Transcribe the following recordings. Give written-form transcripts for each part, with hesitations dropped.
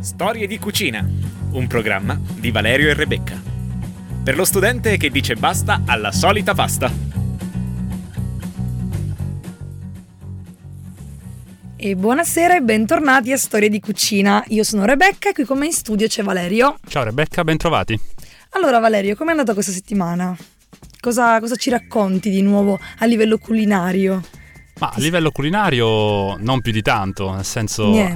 Storie di cucina, un programma di Valerio e Rebecca. Per lo studente che dice basta alla solita pasta. E buonasera e bentornati a Storie di cucina. Io sono Rebecca e qui con me in studio c'è Valerio. Ciao Rebecca, bentrovati. Allora Valerio, com'è andata questa settimana? Cosa ci racconti di nuovo a livello culinario? Ma a livello culinario non più di tanto, nel senso Niente.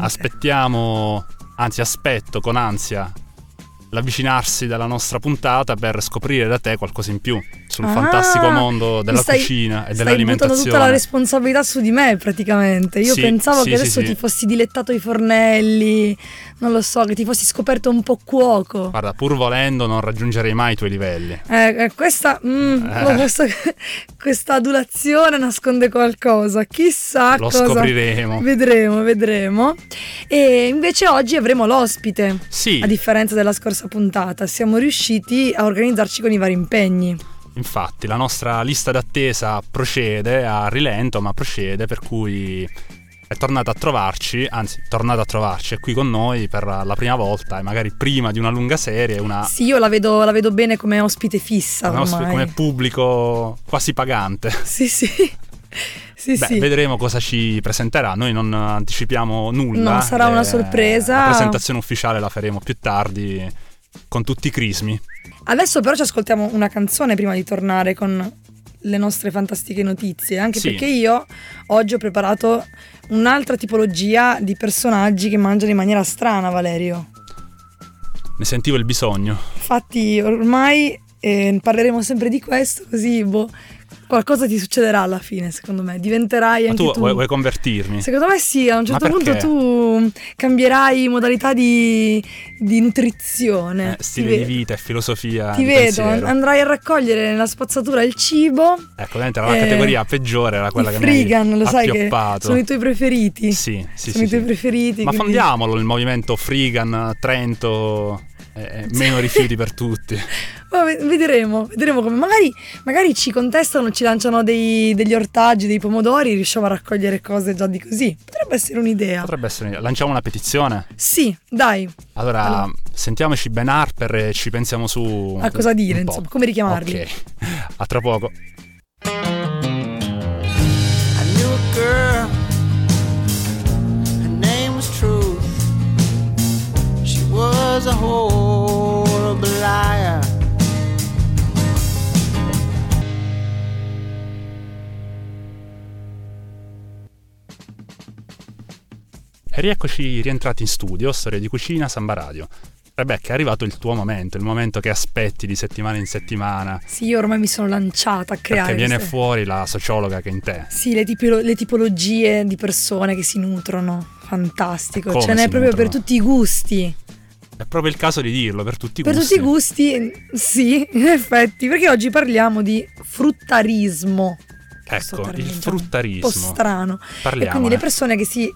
aspetto con ansia l'avvicinarsi della nostra puntata per scoprire da te qualcosa in più sul fantastico mondo della cucina e dell'alimentazione. Stai buttando tutta la responsabilità su di me praticamente. Io pensavo che adesso ti fossi dilettato ai fornelli, non lo so, che ti fossi scoperto un po' cuoco. Guarda, pur volendo non raggiungerei mai i tuoi livelli. Questa adulazione nasconde qualcosa, chissà Lo cosa. scopriremo. Vedremo. E invece oggi avremo l'ospite. Sì. A differenza della scorsa puntata, siamo riusciti a organizzarci con i vari impegni. Infatti la nostra lista d'attesa procede a rilento, ma procede, per cui è tornata a trovarci, è qui con noi per la prima volta e magari prima di una lunga serie. Sì, io la vedo bene come ospite fissa ormai. Come pubblico quasi pagante. Sì. Sì. Vedremo cosa ci presenterà. Noi non anticipiamo nulla. No, sarà una sorpresa. La presentazione ufficiale la faremo più tardi con tutti i crismi. Adesso però ci ascoltiamo una canzone prima di tornare con le nostre fantastiche notizie, anche perché io oggi ho preparato un'altra tipologia di personaggi che mangiano in maniera strana, Valerio. Ne sentivo il bisogno. Infatti ormai parleremo sempre di questo, così qualcosa ti succederà alla fine, secondo me. Diventerai anche tu. Vuoi convertirmi? Secondo me sì, a un certo punto tu cambierai modalità di nutrizione. Stile di vita e filosofia. Ti vedo, andrai a raccogliere nella spazzatura il cibo. Ecco, ovviamente la categoria peggiore era quella che Freegan, mi lo sai appioppato. che sono i tuoi preferiti. Sì. Sono i tuoi preferiti. Ma quindi... fondiamolo il movimento Freegan, Trento, meno rifiuti per tutti. Vedremo come magari ci contestano, ci lanciano degli ortaggi, dei pomodori, riusciamo a raccogliere cose già di così. Potrebbe essere un'idea. Lanciamo una petizione? Sì, dai. Allora. Sentiamoci Ben Harper e ci pensiamo su a cosa dire, insomma, come richiamarli. Ok, a tra poco. I knew a girl, her name was Truth. She was a horrible liar. E rieccoci rientrati in studio, Storie di cucina, Samba Radio. Rebecca, è arrivato il tuo momento, il momento che aspetti di settimana in settimana. Sì, io ormai mi sono lanciata a creare. Perché viene fuori la sociologa che è in te. Sì, le tipologie di persone che si nutrono. Fantastico, ce n'è proprio nutrono? Per tutti i gusti. È proprio il caso di dirlo, per tutti i gusti. Per tutti i gusti, sì, in effetti, perché oggi parliamo di fruttarismo. Ecco, il fruttarismo. Un po' strano. Parliamo. E quindi le persone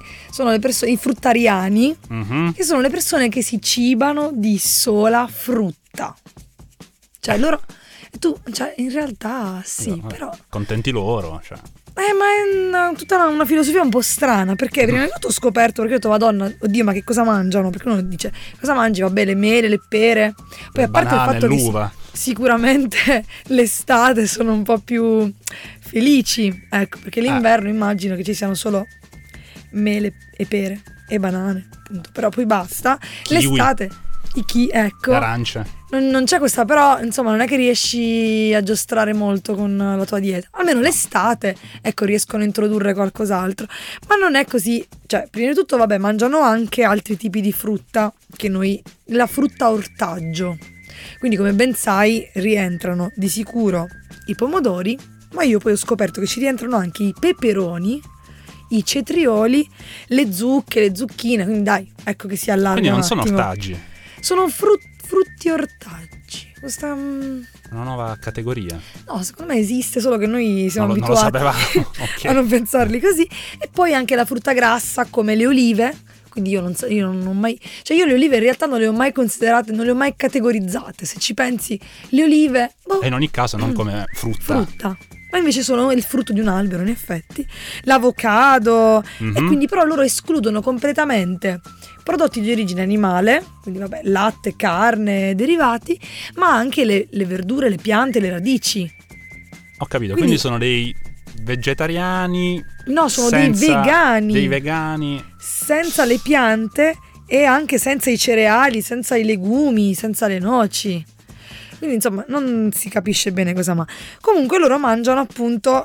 i fruttariani, che sono le persone che si cibano di sola frutta. Cioè loro, in realtà sì, no, però contenti loro, cioè. Ma è tutta una filosofia un po' strana, perché prima di tutto ho scoperto, perché ho detto Madonna, oddio, ma che cosa mangiano? Perché uno dice, cosa mangi? Vabbè, le mele, le pere. Poi a parte banane, il fatto l'uva. che sicuramente l'estate sono un po' più felici, ecco, perché l'inverno immagino che ci siano solo mele e pere e banane, appunto. Però poi basta. Kiwi. L'estate, ecco, arance. Non c'è questa, però insomma non è che riesci a giostrare molto con la tua dieta. Almeno l'estate, ecco, riescono a introdurre qualcos'altro. Ma non è così, cioè prima di tutto vabbè, mangiano anche altri tipi di frutta la frutta ortaggio. Quindi come ben sai rientrano di sicuro i pomodori, ma io poi ho scoperto che ci rientrano anche i peperoni, i cetrioli, le zucche, le zucchine, quindi dai, ecco che si allarga. Quindi non un sono attimo. ortaggi. Sono frutti ortaggi. Questa una nuova categoria. No, secondo me esiste, solo che noi siamo Non abituati lo sapevamo. Okay. a non pensarli così. E poi anche la frutta grassa come le olive. Quindi io non ho mai, cioè io le olive in realtà non le ho mai considerate, non le ho mai categorizzate. Se ci pensi, le olive E in ogni caso non come frutta. ma invece sono il frutto di un albero, in effetti, l'avocado, e quindi però loro escludono completamente prodotti di origine animale, quindi vabbè, latte, carne, derivati, ma anche le verdure, le piante, le radici. Ho capito, Quindi quindi sono dei vegetariani. No, sono senza- dei vegani. Dei vegani. Senza le piante e anche senza i cereali, senza i legumi, senza le noci. Quindi insomma non si capisce bene cosa ma. Comunque loro mangiano appunto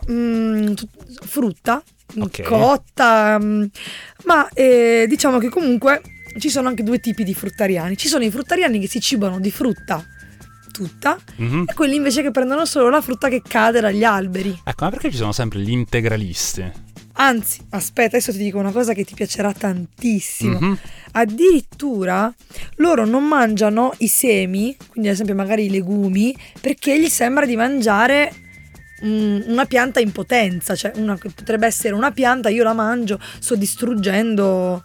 frutta Ok. cotta, ma diciamo che comunque ci sono anche due tipi di fruttariani. Ci sono i fruttariani che si cibano di frutta tutta Mhm. e quelli invece che prendono solo la frutta che cade dagli alberi. Ecco, ma perché ci sono sempre gli integralisti? Anzi, aspetta, adesso ti dico una cosa che ti piacerà tantissimo. Mhm. Addirittura loro non mangiano i semi, quindi ad esempio magari i legumi, perché gli sembra di mangiare una pianta in potenza, cioè una che potrebbe essere una pianta, io la mangio, sto distruggendo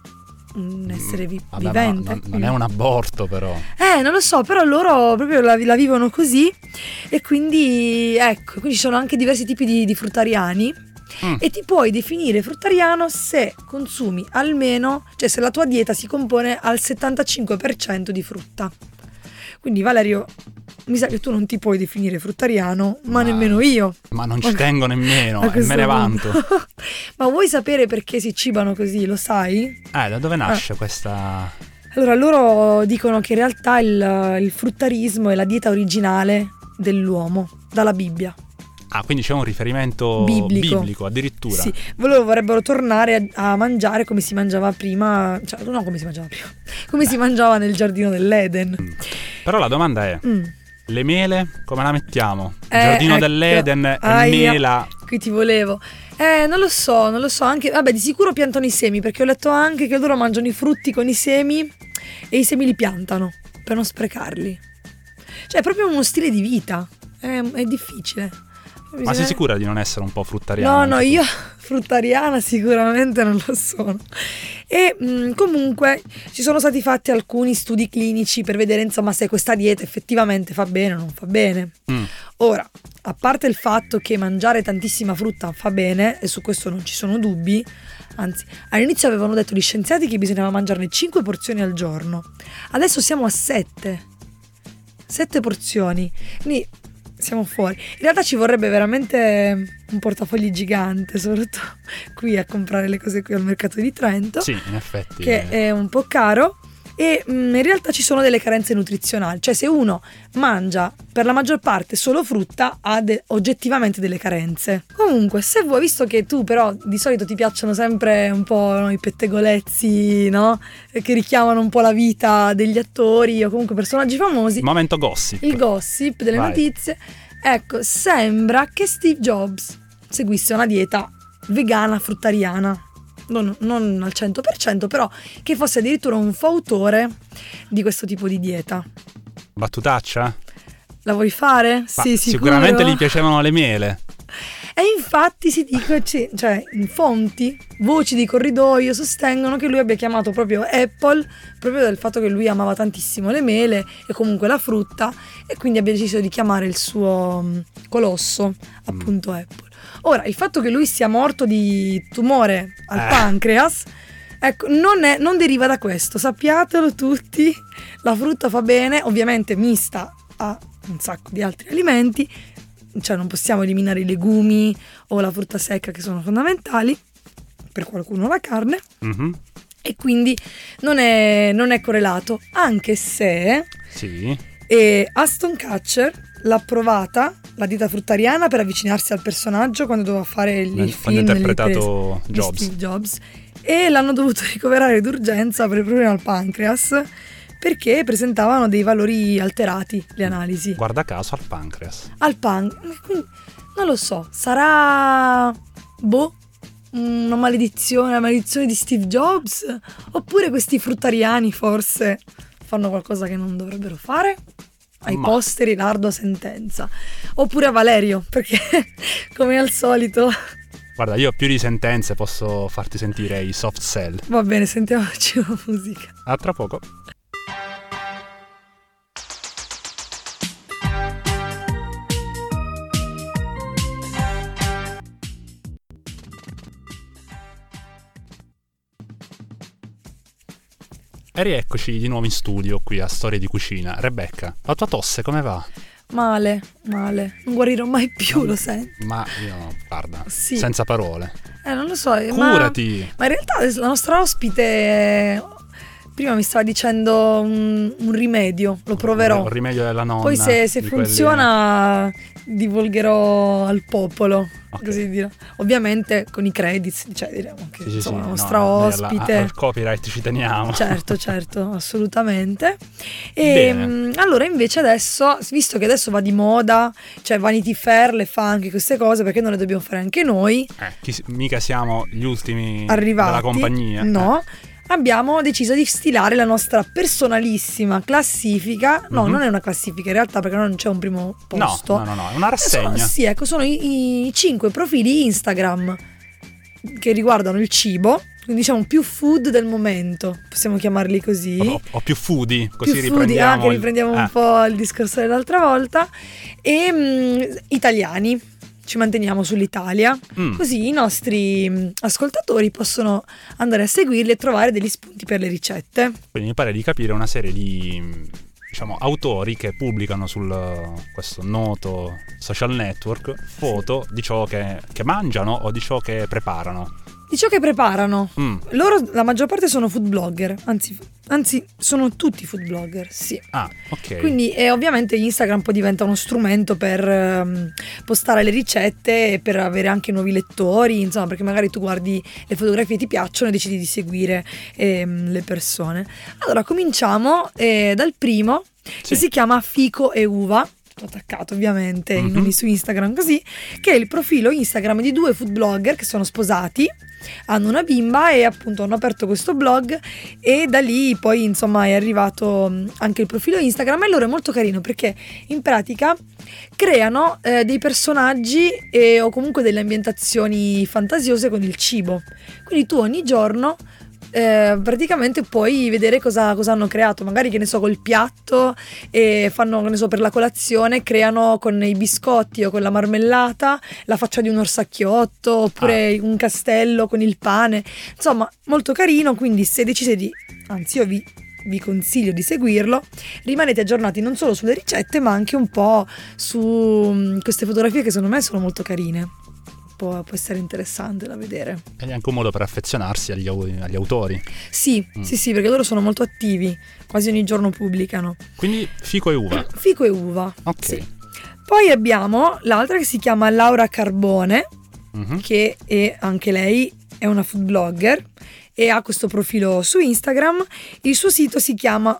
un essere Vabbè, vivente. ma non è un aborto, però. Non lo so, però loro proprio la vivono così e quindi ecco, quindi ci sono anche diversi tipi di fruttariani. E ti puoi definire fruttariano se consumi almeno, cioè se la tua dieta si compone al 75% di frutta. Quindi Valerio, mi sa che tu non ti puoi definire fruttariano, ma nemmeno io. Ma non ci tengo nemmeno, A e questo me ne punto. vanto. Ma vuoi sapere perché si cibano così, lo sai? Da dove nasce questa... Allora, loro dicono che in realtà il fruttarismo è la dieta originale dell'uomo, dalla Bibbia. Ah, quindi c'è un riferimento biblico addirittura. Sì, loro vorrebbero tornare a mangiare come si mangiava prima, cioè no come si mangiava prima, come si mangiava nel giardino dell'Eden. Però la domanda è, le mele come la mettiamo? Il giardino Ecco. dell'Eden e Ahia. mela... Qui ti volevo. Non lo so, anche, vabbè, di sicuro piantano i semi, perché ho letto anche che loro mangiano i frutti con i semi e i semi li piantano per non sprecarli. Cioè è proprio uno stile di vita, è difficile. Ma sei sicura di non essere un po' fruttariana? No, anche tu? io fruttariana sicuramente non lo sono. E comunque ci sono stati fatti alcuni studi clinici per vedere insomma se questa dieta effettivamente fa bene o non fa bene. Ora, a parte il fatto che mangiare tantissima frutta fa bene, e su questo non ci sono dubbi, anzi all'inizio avevano detto gli scienziati che bisognava mangiarne 5 porzioni al giorno, adesso siamo a 7 porzioni, quindi siamo fuori. In realtà ci vorrebbe veramente un portafogli gigante, soprattutto qui a comprare le cose qui al mercato di Trento, Sì, in effetti. che è un po' caro. E in realtà ci sono delle carenze nutrizionali, cioè se uno mangia per la maggior parte solo frutta ha oggettivamente delle carenze. Comunque, se vuoi, visto che tu però di solito ti piacciono sempre un po', no, i pettegolezzi, no? Che richiamano un po' la vita degli attori o comunque personaggi famosi, Momento gossip. il gossip delle Vai. notizie, ecco, sembra che Steve Jobs seguisse una dieta vegana fruttariana. Non al 100%, però che fosse addirittura un fautore di questo tipo di dieta. Battutaccia? La vuoi fare? Ma Sì, sicuro. sicuramente gli piacevano le mele. E infatti si dice, cioè in fonti, voci di corridoio sostengono che lui abbia chiamato proprio Apple proprio del fatto che lui amava tantissimo le mele e comunque la frutta, e quindi abbia deciso di chiamare il suo colosso appunto Apple. Ora, il fatto che lui sia morto di tumore al pancreas, ecco, non deriva da questo, sappiatelo tutti. La frutta fa bene, ovviamente mista a un sacco di altri alimenti, cioè non possiamo eliminare i legumi o la frutta secca che sono fondamentali, per qualcuno la carne, e quindi non è correlato, anche se Sì. Aston Kutcher l'ha provata la dieta fruttariana per avvicinarsi al personaggio quando doveva fare il Quando film ha interpretato di Jobs. Steve Jobs, e l'hanno dovuto ricoverare d'urgenza per il problema al pancreas perché presentavano dei valori alterati le analisi Guarda caso al pancreas. al pancreas. Non lo so, sarà una maledizione, la maledizione di Steve Jobs, oppure questi fruttariani forse fanno qualcosa che non dovrebbero fare? Ai posteri l'ardua sentenza. Oppure a Valerio, perché come al solito. Guarda, io più di sentenze posso farti sentire i soft sell. Va bene, sentiamoci la musica. A tra poco. E rieccoci di nuovo in studio qui a Storie di Cucina. Rebecca, la tua tosse come va? Male. Non guarirò mai più, lo sai. Ma io, guarda, Sì. senza parole. Non lo so. Curati! Ma in realtà la nostra ospite prima mi stava dicendo un rimedio, lo proverò. Il rimedio della nonna. Poi se di funziona divulgherò al popolo, Ok. così dire. Ovviamente con i credits, cioè diremo che Sì, insomma sì, la no, nostra noi ospite. al copyright ci teniamo. Certo, assolutamente. E allora invece adesso, visto che adesso va di moda, cioè Vanity Fair le fa anche queste cose, perché non le dobbiamo fare anche noi? Mica siamo gli ultimi Arrivati? della compagnia. No. Abbiamo deciso di stilare la nostra personalissima classifica. No, non è una classifica in realtà, perché non c'è un primo posto. No, è una rassegna. Sì, ecco, sono i 5 profili Instagram che riguardano il cibo, quindi diciamo più food del momento, possiamo chiamarli così. O più foodie, così Più foodie, riprendiamo. che riprendiamo un po' il discorso dell'altra volta. E italiani. Ci manteniamo sull'Italia, così i nostri ascoltatori possono andare a seguirli e trovare degli spunti per le ricette. Quindi mi pare di capire una serie di, diciamo, autori che pubblicano su questo noto social network foto di ciò che mangiano o di ciò che preparano. Di ciò che preparano. Loro, la maggior parte sono food blogger, anzi sono tutti food blogger, sì. Ah, ok. Quindi ovviamente Instagram poi diventa uno strumento per postare le ricette e per avere anche nuovi lettori, insomma, perché magari tu guardi le fotografie, ti piacciono e decidi di seguire le persone. Allora cominciamo dal primo, che si chiama Fico e Uva, attaccato ovviamente i nomi su Instagram così, che è il profilo Instagram di 2 food blogger che sono sposati, hanno una bimba e appunto hanno aperto questo blog, e da lì poi insomma è arrivato anche il profilo Instagram. E loro è molto carino perché in pratica creano dei personaggi o comunque delle ambientazioni fantasiose con il cibo, quindi tu ogni giorno praticamente puoi vedere cosa hanno creato, magari che ne so col piatto, e fanno, che ne so, per la colazione creano con i biscotti o con la marmellata la faccia di un orsacchiotto, oppure un castello con il pane, insomma molto carino. Quindi se decidete anzi io vi consiglio di seguirlo, rimanete aggiornati non solo sulle ricette ma anche un po' su queste fotografie che secondo me sono molto carine. Può essere interessante da vedere. Ed è anche un modo per affezionarsi agli autori. Sì, perché loro sono molto attivi, quasi ogni giorno pubblicano. Quindi Fico e Uva. Fico e Uva. Ok. Sì. Poi abbiamo l'altra che si chiama Laura Carbone, che è anche lei è una food blogger e ha questo profilo su Instagram. Il suo sito si chiama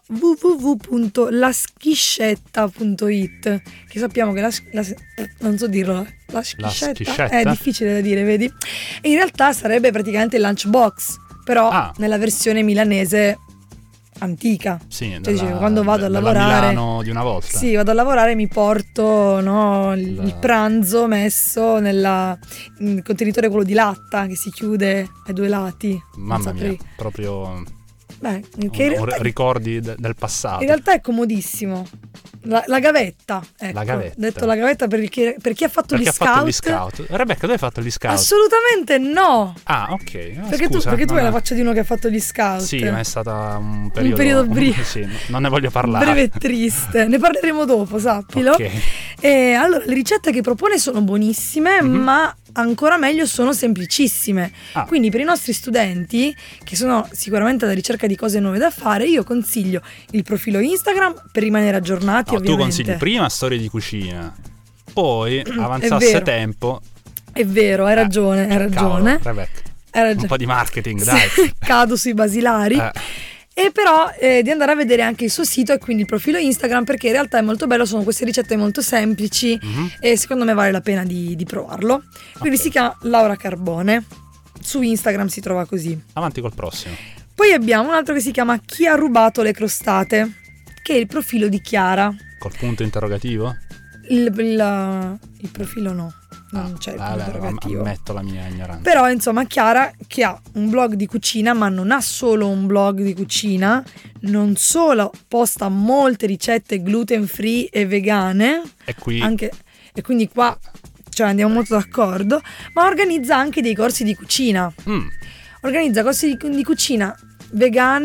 www.laschiscetta.it, che sappiamo che non so dirlo, la schiscetta è difficile da dire, vedi? E in realtà sarebbe praticamente il lunchbox, però nella versione milanese antica. Sì, cioè, dicevo, quando vado a lavorare, Milano di una volta. Sì, vado a lavorare, mi porto il pranzo messo nel contenitore, quello di latta che si chiude ai 2 lati. Mamma mia, proprio ricordi del passato. In realtà è comodissimo. La gavetta, ecco. La gavetta. Detto la gavetta per chi ha fatto gli scout. Rebecca, tu hai fatto gli scout? Assolutamente no. Ah, ok. Perché tu hai la faccia di uno che ha fatto gli scout. Sì, ma è stata un periodo sì, non ne voglio parlare. Breve e triste. Ne parleremo dopo, sappilo. Ok. E allora, le ricette che propone sono buonissime, ma ancora meglio sono semplicissime. Quindi per i nostri studenti che sono sicuramente alla ricerca di cose nuove da fare, io consiglio il profilo Instagram per rimanere aggiornati, ovviamente. Tu consigli prima Storie di Cucina, poi avanzasse tempo. È vero, hai ragione. Cavolo, Rebecca. Un po' di marketing, dai. Cado sui basilari. E però di andare a vedere anche il suo sito e quindi il profilo Instagram, perché in realtà è molto bello, sono queste ricette molto semplici e secondo me vale la pena di provarlo. Quindi si chiama Laura Carbone, su Instagram si trova così. Avanti col prossimo. Poi abbiamo un altro che si chiama Chi ha rubato le crostate, che è il profilo di Chiara. Col punto interrogativo? Il profilo no. Non c'è il punto interrogativo. Ammetto la mia ignoranza. Però insomma Chiara, che ha un blog di cucina, ma non ha solo un blog di cucina, non solo posta molte ricette gluten free e vegane, e quindi qua cioè andiamo molto d'accordo, ma organizza anche dei corsi di cucina. Organizza corsi di cucina vegane,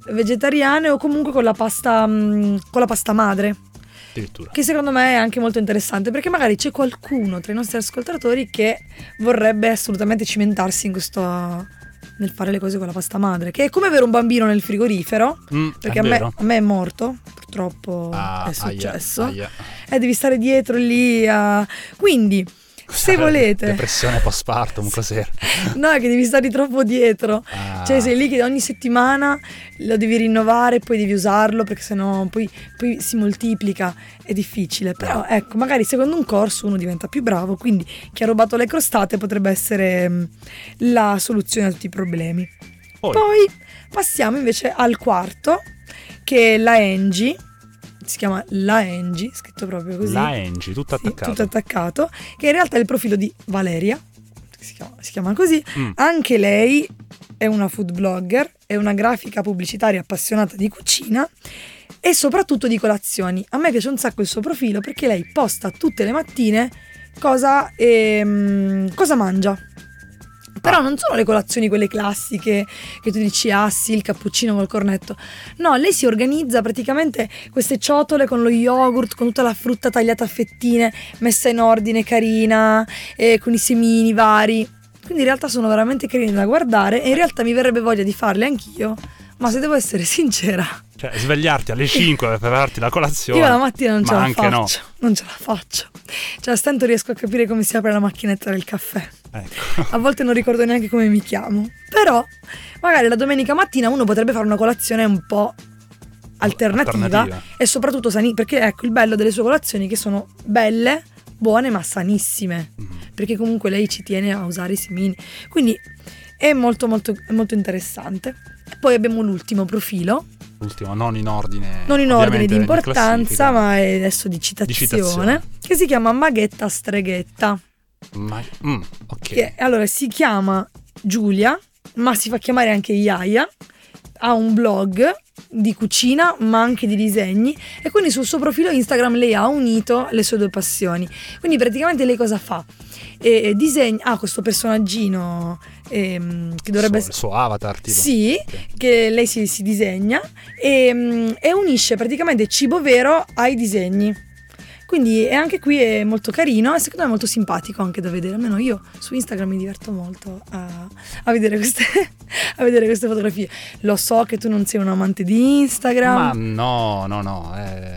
vegetariane o comunque con la pasta madre, Addirittura. che secondo me è anche molto interessante, perché magari c'è qualcuno tra i nostri ascoltatori che vorrebbe assolutamente cimentarsi in questo, nel fare le cose con la pasta madre, che è come avere un bambino nel frigorifero, perché è a vero. me è morto, purtroppo Ah, è successo, aia. e devi stare dietro lì quindi se volete Depressione postpartum, cos'era? no, è che devi stare troppo dietro. Ah. Cioè sei lì che ogni settimana lo devi rinnovare, poi devi usarlo, perché sennò poi si moltiplica, è difficile. Però ecco, magari secondo un corso uno diventa più bravo, quindi chi ha rubato le crostate potrebbe essere la soluzione a tutti i problemi. Poi passiamo invece al quarto, che è la Angie. Si chiama la Angie, scritto proprio così. La Angie, tutto Sì, attaccato. tutto attaccato, che in realtà è il profilo di Valeria, si chiama così. Anche lei è una food blogger, è una grafica pubblicitaria appassionata di cucina e soprattutto di colazioni. A me piace un sacco il suo profilo perché lei posta tutte le mattine cosa mangia. Però non sono le colazioni quelle classiche che tu dici sì, il cappuccino col cornetto. No, lei si organizza praticamente queste ciotole con lo yogurt, con tutta la frutta tagliata a fettine, messa in ordine, carina, con i semini vari. Quindi in realtà sono veramente carine da guardare e in realtà mi verrebbe voglia di farle anch'io. Ma se devo essere sincera, Cioè, svegliarti alle 5 per prepararti la colazione. io la mattina non ce ma la anche faccio. Non ce la faccio. Cioè, a stento riesco a capire come si apre la macchinetta del caffè. Ecco. A volte non ricordo neanche come mi chiamo. Però magari la domenica mattina uno potrebbe fare una colazione un po' alternativa. E soprattutto perché ecco il bello delle sue colazioni è che sono belle, buone ma sanissime. Perché comunque lei ci tiene a usare i semini. Quindi è molto molto molto interessante. E poi abbiamo l'ultimo profilo. L'ultimo, non in ordine. Non in ordine di importanza, classifica, ma è adesso di citazione. Che si chiama Maghetta Streghetta. Ok. Che allora si chiama Giulia, ma si fa chiamare anche Iaia. Ha un blog di cucina ma anche di disegni, e quindi sul suo profilo Instagram lei ha unito le sue due passioni. Quindi praticamente lei cosa fa? Disegna questo personaggino che dovrebbe essere il suo avatar tipo. sì, Okay. che lei si disegna e unisce praticamente cibo vero ai disegni. Quindi anche qui è molto carino e secondo me è molto simpatico anche da vedere. Almeno io su Instagram mi diverto molto a vedere a vedere queste fotografie. Lo so che tu non sei un amante di Instagram. Ma no.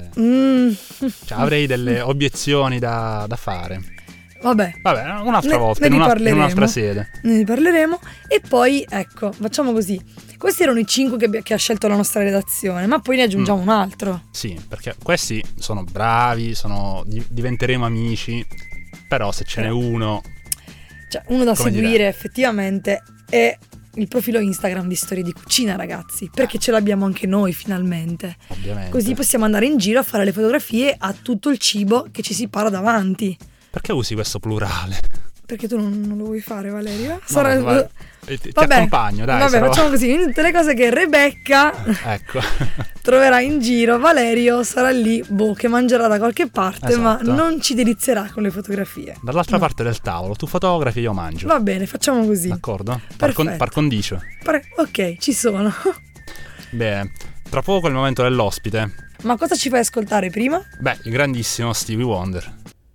Cioè, avrei delle obiezioni da fare. Vabbè, un'altra volta, in un'altra sede. Ne riparleremo. E poi, ecco, facciamo così. Questi erano i 5 che ha scelto la nostra redazione, ma poi ne aggiungiamo un altro. Sì, perché questi sono bravi, diventeremo amici, però se ce n'è uno... Cioè, uno da come seguire dire, effettivamente è il profilo Instagram di Storie di Cucina, ragazzi, perché ce l'abbiamo anche noi finalmente. ovviamente. Così possiamo andare in giro a fare le fotografie a tutto il cibo che ci si para davanti. Perché usi questo plurale? Perché tu non lo vuoi fare, Valerio? Ti accompagno, dai. Vabbè, facciamo così. In tutte le cose che Rebecca Ecco. troverà in giro, Valerio sarà lì, che mangerà da qualche parte, ma Esatto. non ci delizierà con le fotografie. Dall'altra parte del tavolo, tu fotografi, io mangio. Va bene, facciamo così. D'accordo? Perfetto. Par condicio. Ok, ci sono. Bene, tra poco è il momento dell'ospite. Ma cosa ci fai ascoltare prima? Beh, il grandissimo Stevie Wonder.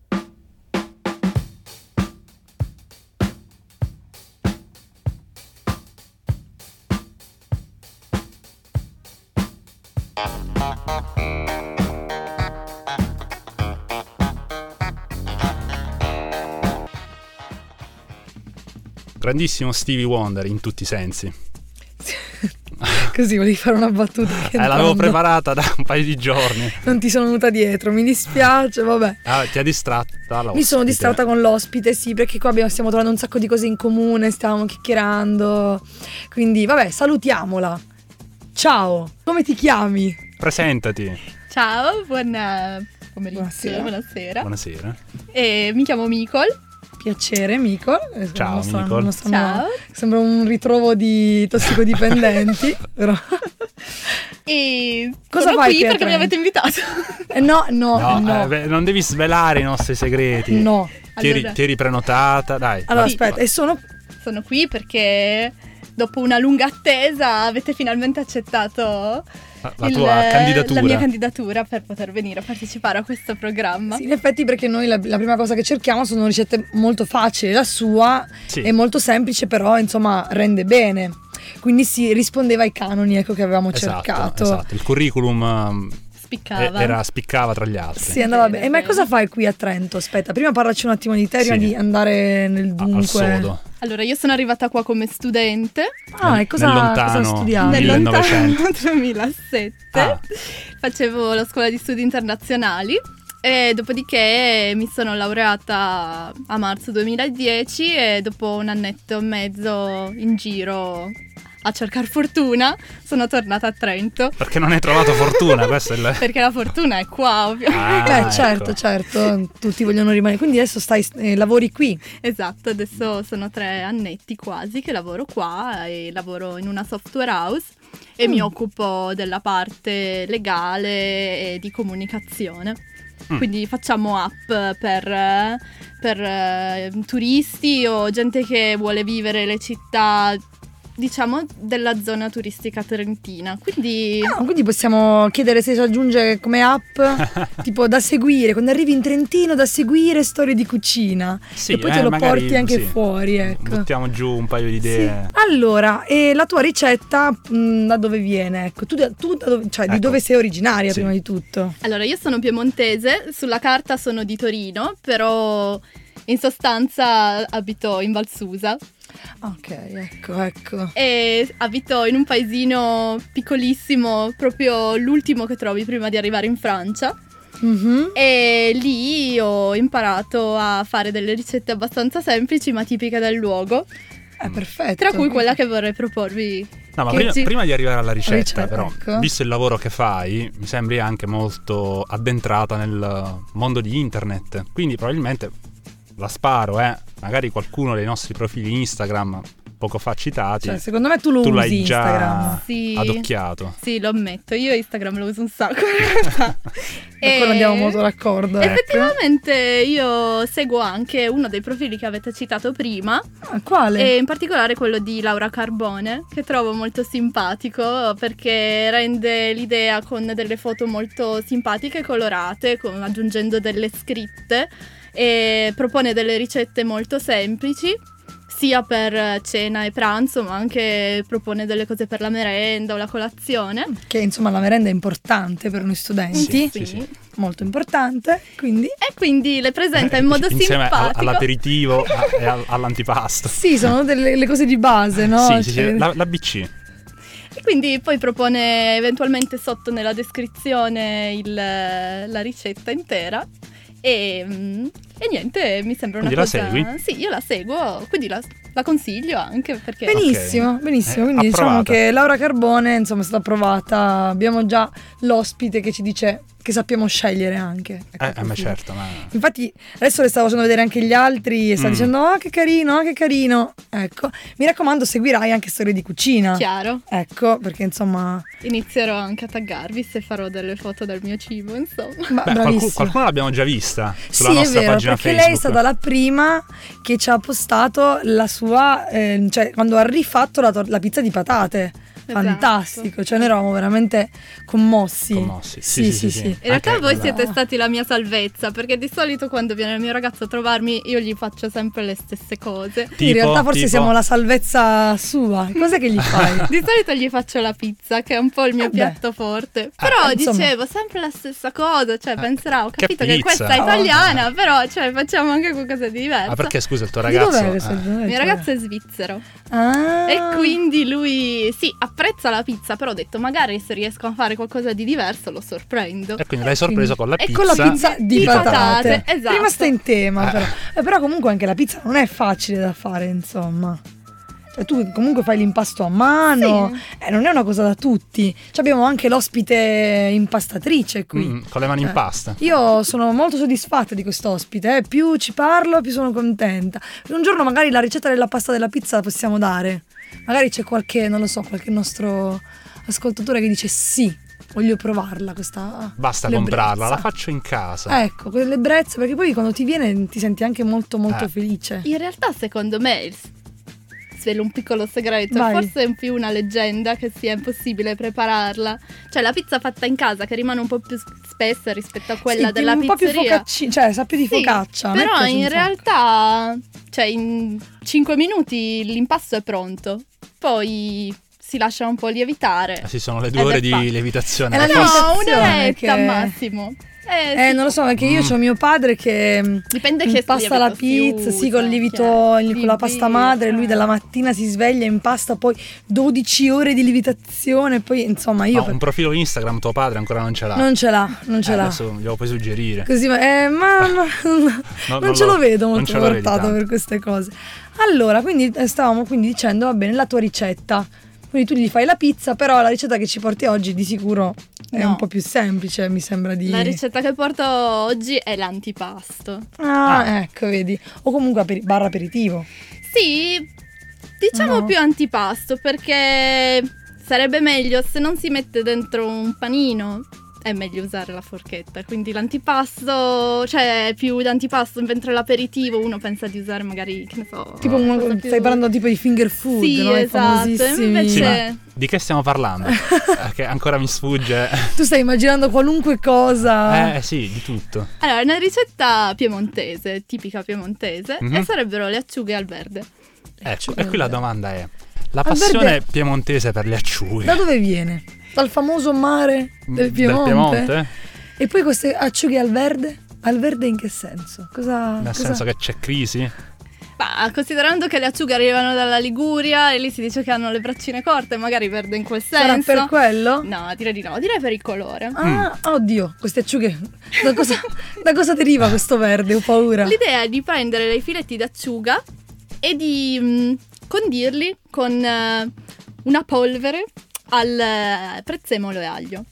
Grandissimo Stevie Wonder in tutti i sensi. Così volevi fare una battuta che L'avevo entrando preparata da un paio di giorni. non ti sono venuta dietro, mi dispiace, vabbè. Ti ha distratta l'ospite. Mi sono distratta con l'ospite, sì, perché qua stiamo trovando un sacco di cose in comune, stiamo chiacchierando. Quindi, vabbè, salutiamola. Ciao, come ti chiami? Presentati. Ciao, buon pomeriggio, Buonasera. buonasera. Buonasera. Mi chiamo Micol. Piacere, Mico. Ciao, Nostra- Micol. nostra Ciao. nuova- Sembra un ritrovo di tossicodipendenti, però. E Cosa sono fai qui perché Pietro? mi avete invitato. No. Non devi svelare i nostri segreti. No. Ti eri Allora. prenotata, dai. Allora, Sì. aspetta, e sono Sono qui perché dopo una lunga attesa avete finalmente accettato La tua candidatura. la mia candidatura per poter venire a partecipare a questo programma. Sì, in effetti, perché noi la prima cosa che cerchiamo sono ricette molto facili. La sua Sì. è molto semplice, però insomma rende bene. Quindi si rispondeva ai canoni, ecco, che avevamo cercato. Esatto. Il curriculum Spiccava. spiccava tra gli altri. Sì, andava bene. Ma cosa fai qui a Trento? Aspetta, prima parlaci un attimo di te, prima Sì. di andare nel dunque. Al sodo. Allora, io sono arrivata qua come studente Ah, e cosa lontano studiavi? nel 1900. lontano 2007. Ah. Facevo la scuola di studi internazionali e dopodiché mi sono laureata a marzo 2010 e dopo un annetto e mezzo in giro a cercare fortuna sono tornata a Trento Perché non hai trovato fortuna, questo è il... perché la fortuna è qua, ovviamente. Ah, Beh, certo, ecco. certo, tutti vogliono rimanere. Quindi adesso lavori qui. Esatto, adesso sono 3 annetti quasi che lavoro qua e lavoro in una software house e mi occupo della parte legale e di comunicazione. Quindi facciamo app per turisti o gente che vuole vivere le città, diciamo, della zona turistica trentina. Quindi Quindi possiamo chiedere se ci aggiunge come app tipo da seguire, quando arrivi in Trentino, da seguire storie di cucina. Sì, e poi te lo magari, porti anche sì. fuori, ecco. Buttiamo giù un paio di Sì. idee. Allora, e la tua ricetta da dove viene? Ecco, tu da dove, cioè di Ecco. dove sei originaria, Sì. prima di tutto? allora, io sono piemontese, sulla carta sono di Torino, però in sostanza abito in Valsusa. Ok, ecco. E abito in un paesino piccolissimo, proprio l'ultimo che trovi prima di arrivare in Francia. Mhm. E lì ho imparato a fare delle ricette abbastanza semplici ma tipiche del luogo, Perfetto. tra cui quella che vorrei proporvi. No, ma Che prima di arrivare alla ricetta, Ricetta, però, ecco. visto il lavoro che fai, mi sembri anche molto addentrata nel mondo di internet. Quindi probabilmente la sparo, magari qualcuno dei nostri profili Instagram poco fa citati, Cioè, secondo me tu lo tu usi l'hai già Instagram. Sì. adocchiato. Sì, lo ammetto, io Instagram lo uso un sacco in realtà. Per quello andiamo molto d'accordo. ecco. Effettivamente io seguo anche uno dei profili che avete citato prima, Ah, quale? e in particolare quello di Laura Carbone, che trovo molto simpatico perché rende l'idea con delle foto molto simpatiche e colorate, aggiungendo delle scritte, e propone delle ricette molto semplici sia per cena e pranzo, ma anche propone delle cose per la merenda o la colazione. Che insomma la merenda è importante per noi studenti, Sì. molto importante, quindi E quindi le presenta in modo Insieme simpatico. all'aperitivo e all'antipasto. sì, sono le cose di base, no? Sì, Cioè, la BC. E quindi poi propone eventualmente sotto nella descrizione la ricetta intera. E niente, mi sembra una Quindi la cosa. segui? Sì, io la seguo, quindi la consiglio anche perché. Benissimo, benissimo. Quindi diciamo approvata. che Laura Carbone, insomma, è stata approvata. Abbiamo già l'ospite che ci dice che sappiamo scegliere anche. Ecco, Ma profilo. certo, ma... Infatti adesso le stavo facendo vedere anche gli altri e sta dicendo oh che carino. Ecco, mi raccomando, seguirai anche storie di cucina. Chiaro, Ecco, perché insomma, inizierò anche a taggarvi se farò delle foto del mio cibo, insomma. ma Beh, bravissimo. qualcuno l'abbiamo già vista sulla Sì, è nostra vero, pagina perché Facebook. lei è stata la prima che ci ha postato la sua, cioè quando ha rifatto la pizza di patate. Esatto. Fantastico, cioè noi eravamo veramente commossi. Sì. In realtà Anche voi quella- siete stati la mia salvezza, perché di solito quando viene il mio ragazzo a trovarmi io gli faccio sempre le stesse cose. In realtà forse tipo- siamo la salvezza sua. Cos'è che gli fai? Di solito gli faccio la pizza, che è un po' il mio Beh. piatto forte. Però insomma. dicevo sempre la stessa cosa, cioè penserà, ho che capito che pizza? questa è italiana, però cioè facciamo anche qualcosa di diverso. Ah, perché scusa, il tuo Di ragazzo... dov'è questo? Il mio ragazzo è svizzero Ah. e quindi lui sì, apprezza la pizza, però ho detto magari se riesco a fare qualcosa di diverso lo sorprendo. E quindi l'hai sorpreso con la E pizza. con la pizza di Di patate. patate, esatto. Prima sta in tema, però. Però comunque anche la pizza non è facile da fare, insomma. Cioè, tu comunque fai l'impasto a mano, non è una cosa da tutti. Cioè, abbiamo anche l'ospite impastatrice qui. Con le mani in pasta. Io sono molto soddisfatta di quest'ospite, più ci parlo più sono contenta. Un giorno magari la ricetta della pasta della pizza la possiamo dare. Magari c'è qualche, non lo so, qualche nostro ascoltatore che dice sì, voglio provarla questa Basta lebbrezza. comprarla, la faccio in casa. Ecco, quelle lebbrezze, perché poi quando ti viene ti senti anche molto molto felice. In realtà secondo me svelo un piccolo segreto, Vai. forse è più una leggenda che sia impossibile prepararla. Cioè la pizza fatta in casa che rimane un po' più spessa rispetto a quella Sì, della un po' più pizzeria. cioè sa più di Sì, focaccia. A me però piace un in sacco. realtà, cioè in 5 minuti l'impasto è pronto. Poi si lascia un po' lievitare. Sì, sono le 2 Ed è ore di fatto. lievitazione. È la Forse- No, lievitazione un'oretta che- al massimo. Sì. Non lo so, perché io ho mio padre che Dipende che impasta la lievito pizza, si sì, con il usa, lievito, cioè, con la pasta sì, madre, lui eh. dalla mattina si sveglia, impasta poi 12 ore di lievitazione, poi insomma io No, un profilo Instagram tuo padre ancora non ce l'ha. non ce l'ha, non ce l'ha. Adesso glielo puoi suggerire. Così, ma non ce lo vedo non molto ce lo vedi portato tanto. per queste cose. Allora, quindi stavamo quindi dicendo, va bene, la tua ricetta. Quindi tu gli fai la pizza, però la ricetta che ci porti oggi di sicuro è No. un po' più semplice, mi sembra di... La ricetta che porto oggi è l'antipasto. Ecco, vedi. O comunque barra aperitivo. Sì, diciamo No. più antipasto perché sarebbe meglio se non si mette dentro un panino. È meglio usare la forchetta, quindi l'antipasto, cioè è più d'antipasto, mentre l'aperitivo uno pensa di usare magari, che ne so, Tipo, cosa più- stai parlando tipo di finger food, Sì, no? I esatto, famosissimi. invece- Sì, ma di che stiamo parlando? Che ancora mi sfugge. Tu stai immaginando qualunque cosa. Sì, di tutto. Allora, è una ricetta piemontese, tipica piemontese, Mhm. e sarebbero le acciughe al verde. Ecco, e qui la domanda è: la Al passione verde- piemontese per le acciughe Da dove viene? Dal famoso mare del Piemonte? E poi queste acciughe al verde? Al verde in che senso? Nel senso che c'è crisi? Ma considerando che le acciughe arrivano dalla Liguria e lì si dice che hanno le braccine corte, magari verde in quel sarà senso. per quello? No, direi di no, direi per il colore. Oddio, queste acciughe. Da cosa deriva questo verde? Ho paura. L'idea è di prendere dei filetti d'acciuga e di condirli con una polvere al prezzemolo e aglio.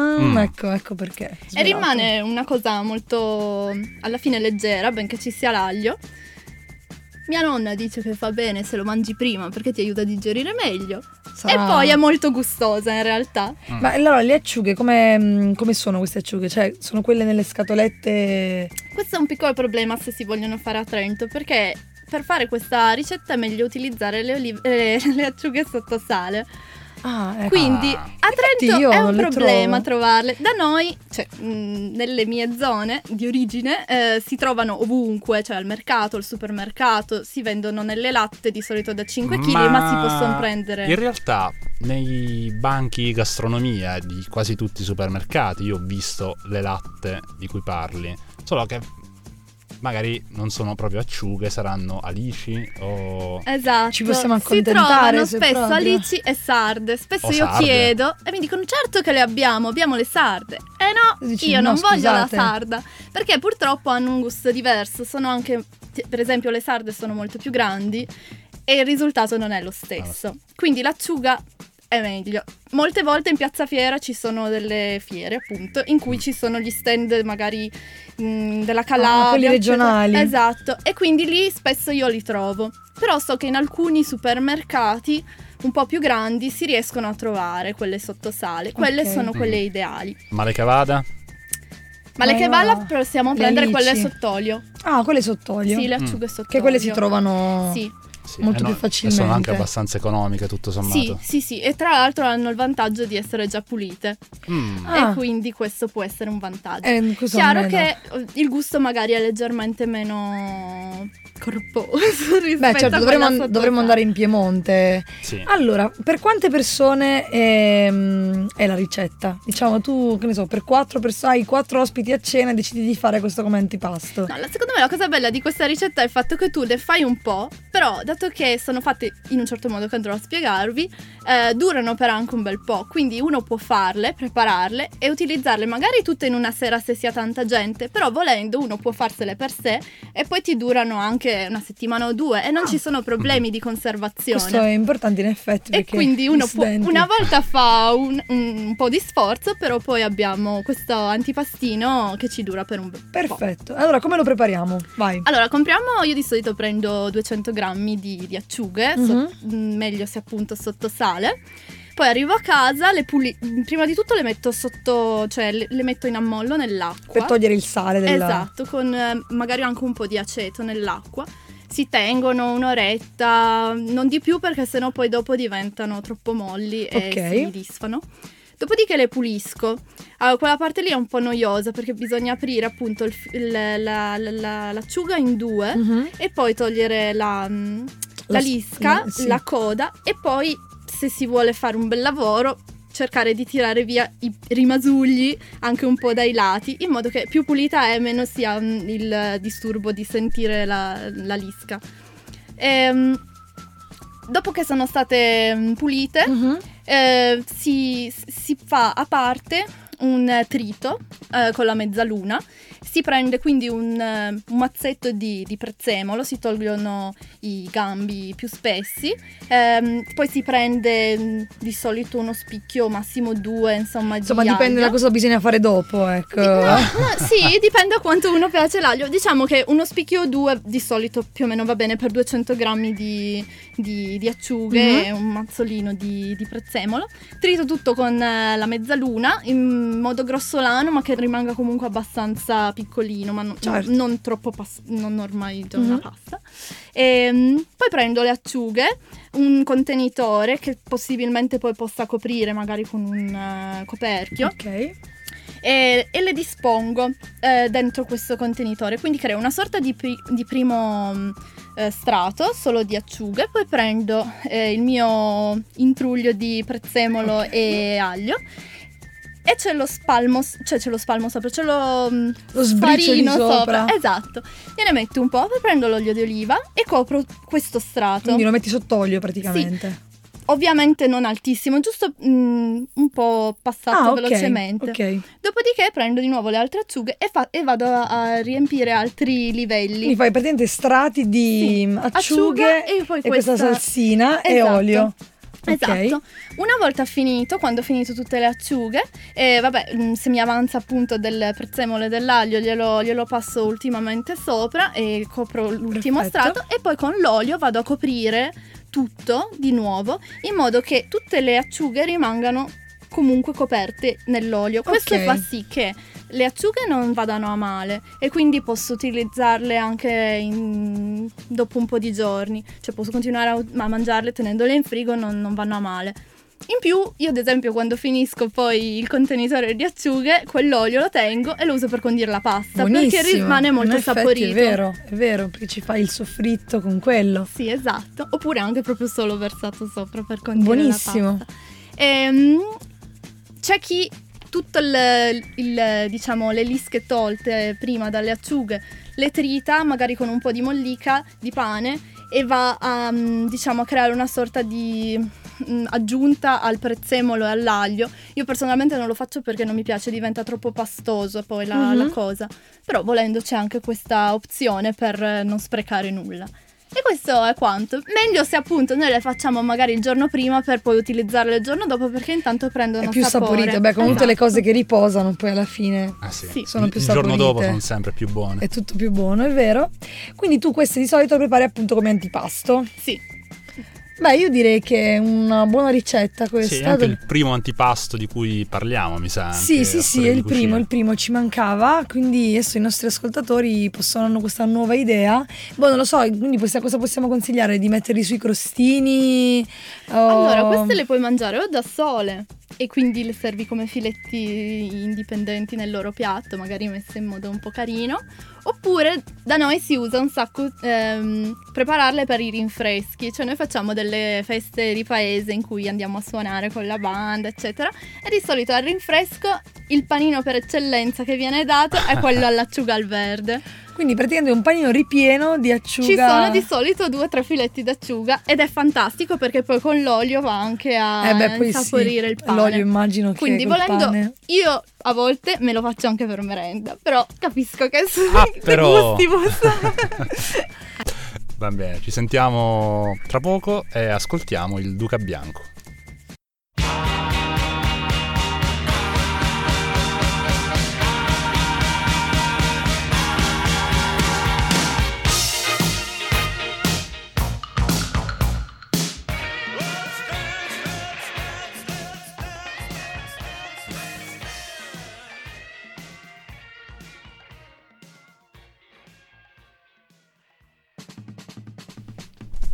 Ecco perché. E Svelato. rimane una cosa molto alla fine leggera, benché ci sia l'aglio. Mia nonna dice che fa bene se lo mangi prima perché ti aiuta a digerire meglio. Sarà- E poi è molto gustosa in realtà. Ma allora le acciughe come sono queste acciughe? Cioè, sono quelle nelle scatolette. Questo è un piccolo problema se si vogliono fare a Trento, perché per fare questa ricetta è meglio utilizzare le acciughe sotto sale. Ecco. Quindi a Trento io è non un le problema trovo. trovarle. Da noi, cioè nelle mie zone di origine, si trovano ovunque, cioè al mercato, al supermercato, si vendono nelle latte di solito da 5 kg, ma si possono prendere. In realtà, nei banchi gastronomia di quasi tutti i supermercati, io ho visto le latte di cui parli. Solo che magari non sono proprio acciughe, saranno alici o... Esatto, Ci possiamo si accontentare, trovano se spesso proprio. alici e sarde. Spesso O io sarde. chiedo e mi dicono certo che le abbiamo le sarde. No, Dici, io no, non voglio la scusate. sarda, perché purtroppo hanno un gusto diverso. Sono anche, per esempio, le sarde sono molto più grandi e il risultato non è lo stesso. Quindi l'acciuga è meglio. Molte volte in Piazza Fiera ci sono delle fiere, appunto, in cui ci sono gli stand magari della Calabria, quelli regionali. eccetera. Esatto, e quindi lì spesso io li trovo. Però so che in alcuni supermercati un po' più grandi si riescono a trovare quelle sotto sale. Quelle Ok. sono quelle ideali. Male cavada? Ma le Ma che io- valla possiamo le prendere quelle alici. sott'olio. Quelle sott'olio. Sì, le acciughe sott'olio. Che quelle si trovano Sì. Sì, molto più E facilmente. sono anche abbastanza economiche, tutto sommato. Sì, e tra l'altro hanno il vantaggio di essere già pulite. Mm. E quindi questo può essere un vantaggio. Questo Chiaro almeno. che il gusto magari è leggermente meno corposo rispetto Beh, certo, a dovremmo, quella dovremmo andare in Piemonte. Sì. Allora, per quante persone è la ricetta? Diciamo tu, che ne so, per 4 persone, hai 4 ospiti a cena e decidi di fare questo come antipasto. No, secondo me la cosa bella di questa ricetta è il fatto che tu ne fai un po', però dato che sono fatte in un certo modo che andrò a spiegarvi, durano per anche un bel po', quindi uno può farle, prepararle e utilizzarle magari tutte in una sera se si ha tanta gente, però volendo uno può farsele per sé e poi ti durano anche una settimana o 2 e non ci sono problemi di conservazione. Questo è importante in effetti E perché quindi uno gli può, studenti- una volta fa un po' di sforzo, però poi abbiamo questo antipastino che ci dura per un bel po'. Perfetto. Allora, come lo prepariamo? Vai. Allora, io di solito prendo 200 grammi di acciughe, meglio se appunto sotto sale. Poi arrivo a casa, prima di tutto le metto sotto, cioè le metto in ammollo nell'acqua. Per togliere il sale della... Esatto, con magari anche un po' di aceto nell'acqua. si tengono un'oretta, non di più, perché sennò poi dopo diventano troppo molli e si disfano. Dopodiché le pulisco. Allora, quella parte lì è un po' noiosa perché bisogna aprire appunto l'acciuga in due e poi togliere la lisca, la coda, e poi, se si vuole fare un bel lavoro, cercare di tirare via i rimasugli anche un po' dai lati, in modo che più pulita è, meno si ha il disturbo di sentire la lisca. Dopo che sono state pulite, si fa a parte un trito con la mezzaluna. Si prende quindi un mazzetto di prezzemolo, si tolgono i gambi più spessi, poi si prende di solito uno spicchio, massimo 2, insomma dipende aglio. da cosa bisogna fare dopo, ecco. Sì, dipende da quanto uno piace l'aglio. Diciamo che uno spicchio 2 di solito più o meno va bene per 200 grammi di acciughe e un mazzolino di prezzemolo. Trito tutto con la mezzaluna in modo grossolano, ma che rimanga comunque abbastanza piccolino, ma non troppo non ormai già una pasta. Poi prendo le acciughe, un contenitore che possibilmente poi possa coprire magari con un coperchio. Ok. E le dispongo dentro questo contenitore, quindi creo una sorta di primo strato solo di acciughe, poi prendo il mio intruglio di prezzemolo e aglio e c'è lo spalmo sopra, c'è lo sfarino sopra. Esatto. Gliene metto un po', poi prendo l'olio di oliva e copro questo strato. Quindi lo metti sott'olio praticamente. Sì. Ovviamente non altissimo, giusto un po' passato velocemente. Okay. Dopodiché prendo di nuovo le altre acciughe e vado a riempire altri livelli. Quindi fai praticamente strati di acciughe e poi questa salsina e esatto. olio. Esatto. Una volta finito, quando ho finito tutte le acciughe, se mi avanza appunto del prezzemolo e dell'aglio glielo passo ultimamente sopra e copro l'ultimo strato, e poi con l'olio vado a coprire tutto di nuovo, in modo che tutte le acciughe rimangano comunque coperte nell'olio. Questo fa sì che le acciughe non vadano a male e quindi posso utilizzarle anche dopo un po' di giorni, cioè posso continuare a mangiarle tenendole in frigo, non vanno a male. In più, io ad esempio quando finisco poi il contenitore di acciughe, quell'olio lo tengo e lo uso per condire la pasta. Buonissimo. Perché rimane molto saporito. È vero, perché ci fai il soffritto con quello. Sì, esatto. Oppure anche proprio solo versato sopra per condire la pasta. C'è chi tutto diciamo le lische tolte prima dalle acciughe le trita magari con un po' di mollica di pane e va a creare una sorta di aggiunta al prezzemolo e all'aglio. Io personalmente non lo faccio perché non mi piace, diventa troppo pastoso poi la cosa, però volendo c'è anche questa opzione per non sprecare nulla. E questo è quanto. Meglio se appunto noi le facciamo magari il giorno prima per poi utilizzarle il giorno dopo, perché intanto prendono sapore. È più saporito. Beh, comunque le cose che riposano poi alla fine sono più saporite. Il giorno dopo sono sempre più buone. È tutto più buono, è vero. Quindi tu queste di solito prepari appunto come antipasto? Sì. Beh, io direi che è una buona ricetta questa. Sì, è anche il primo antipasto di cui parliamo, mi sa. Sì, è il primo, ci mancava, quindi adesso i nostri ascoltatori hanno questa nuova idea. Non lo so, quindi cosa possiamo consigliare? Di metterli sui crostini? Allora, queste le puoi mangiare o da sole e quindi le servi come filetti indipendenti nel loro piatto, magari messe in modo un po' carino. Oppure da noi si usa un sacco prepararle per i rinfreschi, cioè noi facciamo delle feste di paese in cui andiamo a suonare con la banda eccetera, e di solito al rinfresco il panino per eccellenza che viene dato è quello all'acciuga al verde. Quindi praticamente un panino ripieno di acciuga. Ci sono di solito 2 o 3 filetti d'acciuga ed è fantastico perché poi con l'olio va anche a insaporire il pane. L'olio immagino che quindi volendo pane. Io a volte me lo faccio anche per merenda, però capisco che gusti possono. Va bene, ci sentiamo tra poco e ascoltiamo il Duca Bianco.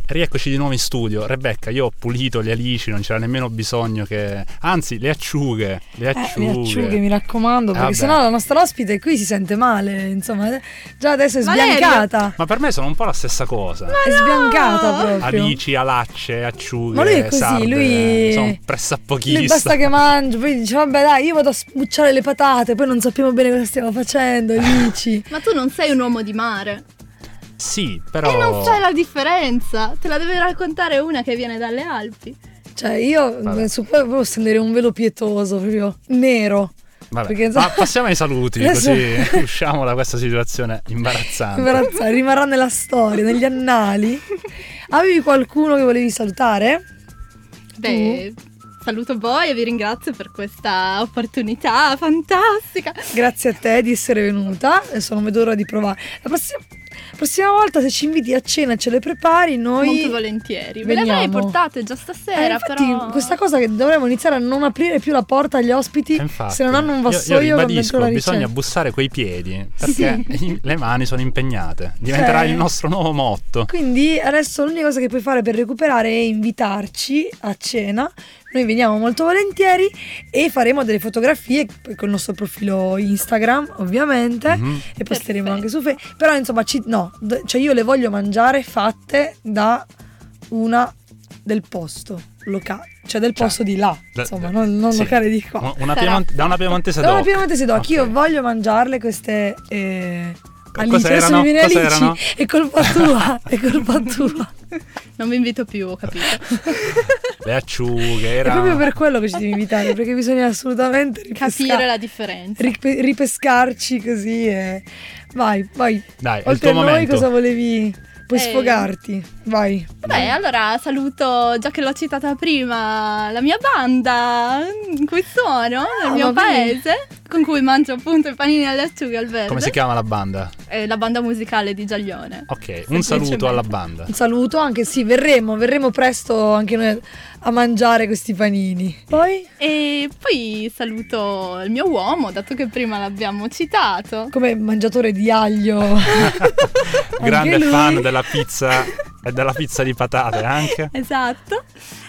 Rieccoci di nuovo in studio. Rebecca, io ho pulito le alici, non c'era nemmeno bisogno che... Anzi, le acciughe. Le acciughe, mi raccomando, perché Vabbè. sennò la nostra ospite qui si sente male, insomma, già adesso è Valerio! sbiancata. Ma per me sono un po' la stessa cosa. È sbiancata proprio. Alici, alacce, acciughe, Ma lui è così, sarde, lui... sono Lui pressapochista. basta che mangio, poi dice vabbè dai, io vado a sbucciare le patate, poi non sappiamo bene cosa stiamo facendo, Alici. Ma tu non sei un uomo di mare. Sì, però... E non sai la differenza. Te la deve raccontare una che viene dalle Alpi. Cioè io Vabbè. su quello stendere un velo pietoso, proprio nero. Vabbè. Perché, Ma passiamo ai saluti, Adesso- così usciamo da questa situazione imbarazzante. Imbarazzante, rimarrà nella storia, negli annali. Avevi qualcuno che volevi salutare? Beh, saluto voi e vi ringrazio per questa opportunità fantastica. Grazie a te di essere venuta, adesso non vedo l'ora di provare. La prossima volta se ci inviti a cena e ce le prepari, noi... Molto volentieri. Ve le veniamo. avrei portate già stasera, infatti però... questa cosa che dovremmo iniziare a non aprire più la porta agli ospiti Infatti, se non hanno un io vassoio con dentro ribadisco, la bisogna ricetta. bussare coi piedi perché le mani sono impegnate. Diventerà Cioè- il nostro nuovo motto. Quindi adesso l'unica cosa che puoi fare per recuperare è invitarci a cena. Noi veniamo molto volentieri e faremo delle fotografie poi col nostro profilo Instagram, ovviamente, Mhm. e posteremo Perfetto. anche su Facebook. Però insomma, cioè io le voglio mangiare fatte da una del posto locale, cioè del posto di là, insomma, non sì. locale di qua. Da una piemontese Da una doc. piemontese doc, io Ok. voglio mangiarle queste alici. Cosa Adesso erano? mi viene Cosa alici, erano? è colpa tua, è colpa tua. Non vi invito più, ho capito. Le acciughe È erano... proprio per quello che ci devi invitare, perché bisogna assolutamente Capire la differenza. ripescarci così e... Vai. Dai, è il Oltre tuo a noi momento. cosa volevi? Puoi Eh. sfogarti, vai. Beh, allora saluto, già che l'ho citata prima, la mia banda in cui suono, nel mio ma quindi- paese, con cui mangio appunto i panini alle acciughe al verde. Come si chiama la banda? È la banda musicale di Giaglione. Ok, un saluto alla banda. Un saluto, anche sì, verremo presto anche noi a mangiare questi panini. Poi, E poi saluto il mio uomo, dato che prima l'abbiamo citato. come mangiatore di aglio, Grande anche lui. fan della pizza e della pizza di patate anche. Esatto.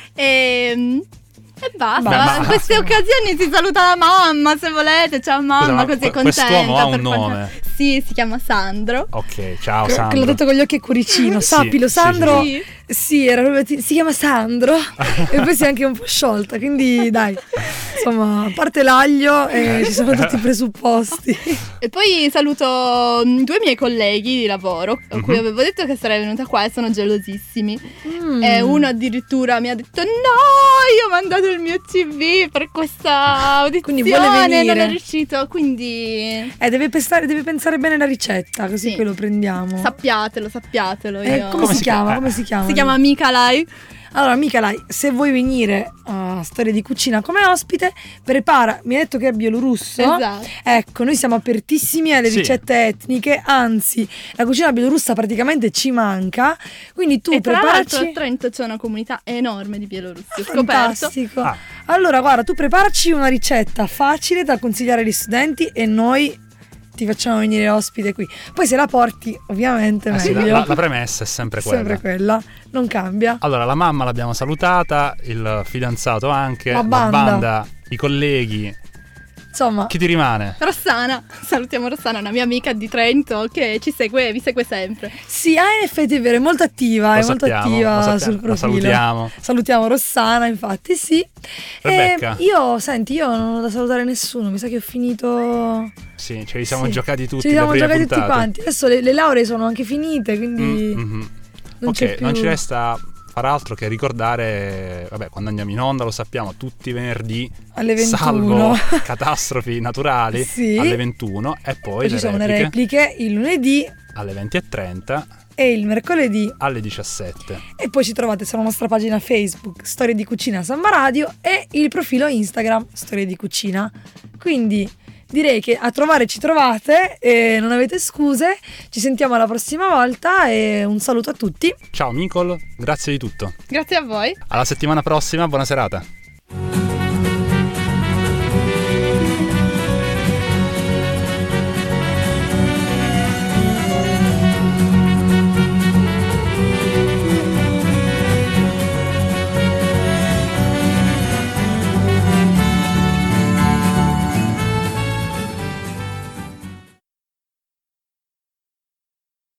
E basta. Beh, In queste occasioni si saluta la mamma, se volete. Ciao mamma, Scusa, ma così è contenta. quest'uomo ha un per quanto- nome? Sì, si chiama Sandro. Ok, ciao che l'ho Sandro. detto con gli occhi e cuoricino, Sì, sappilo, sì, Sandro. sì. Sì, era proprio si chiama Sandro e poi si è anche un po' sciolta, quindi dai, insomma, a parte l'aglio ci sono tutti i presupposti. E poi saluto due miei colleghi di lavoro, a cui avevo detto che sarei venuta qua e sono gelosissimi. E uno addirittura mi ha detto: no, io ho mandato il mio CV per questa Quindi vuole audizione, venire. non è riuscito, quindi Deve pensare bene la ricetta, così Sì. poi lo prendiamo. sappiatelo. io. Come si chiama? Come si chiama? Si chiama Micalai. Allora, Micalai, se vuoi venire a Storia di Cucina come ospite, prepara, mi hai detto che è bielorusso? Esatto. Ecco, noi siamo apertissimi alle Sì. ricette etniche, anzi, la cucina bielorussa praticamente ci manca, quindi tu E tra l'altro a preparaci... Trento c'è una comunità enorme di bielorussi, ho scoperto. Fantastico. Ah. Allora, guarda, tu preparaci una ricetta facile da consigliare agli studenti e noi ti facciamo venire ospite qui. Poi se la porti, ovviamente, Sì, meglio. la premessa è sempre quella. Sempre quella, non cambia. Allora, la mamma l'abbiamo salutata, il fidanzato anche, La banda. i colleghi. Insomma, Chi ti rimane? Rossana, salutiamo Rossana, una mia amica di Trento che ci segue, vi segue sempre. sì, in effetti è vero, è molto attiva, Lo è molto sappiamo, attiva lo sappiamo, sul la profilo. salutiamo. Salutiamo Rossana, infatti, sì. Rebecca. Senti, io non ho da salutare nessuno, mi sa che ho finito... Sì, ce li siamo Sì. giocati tutti. Ci siamo le prime giocati tutti puntate. quanti. Adesso le lauree sono anche finite, quindi Mhm. non c'è Ok, più... non ci resta far altro che ricordare, vabbè, quando andiamo in onda lo sappiamo, tutti i venerdì, alle 21. salvo catastrofi naturali, Sì. alle 21 e poi Poi le ci sono le repliche repliche il lunedì alle 20:30, e il mercoledì. alle 17. E poi ci trovate sulla nostra pagina Facebook Storie di Cucina Samba Radio e il profilo Instagram Storie di Cucina. Quindi direi che a trovare ci trovate e non avete scuse. Ci sentiamo la prossima volta e un saluto a tutti. Ciao Nicol, grazie di tutto. Grazie a voi. Alla settimana prossima, buona serata.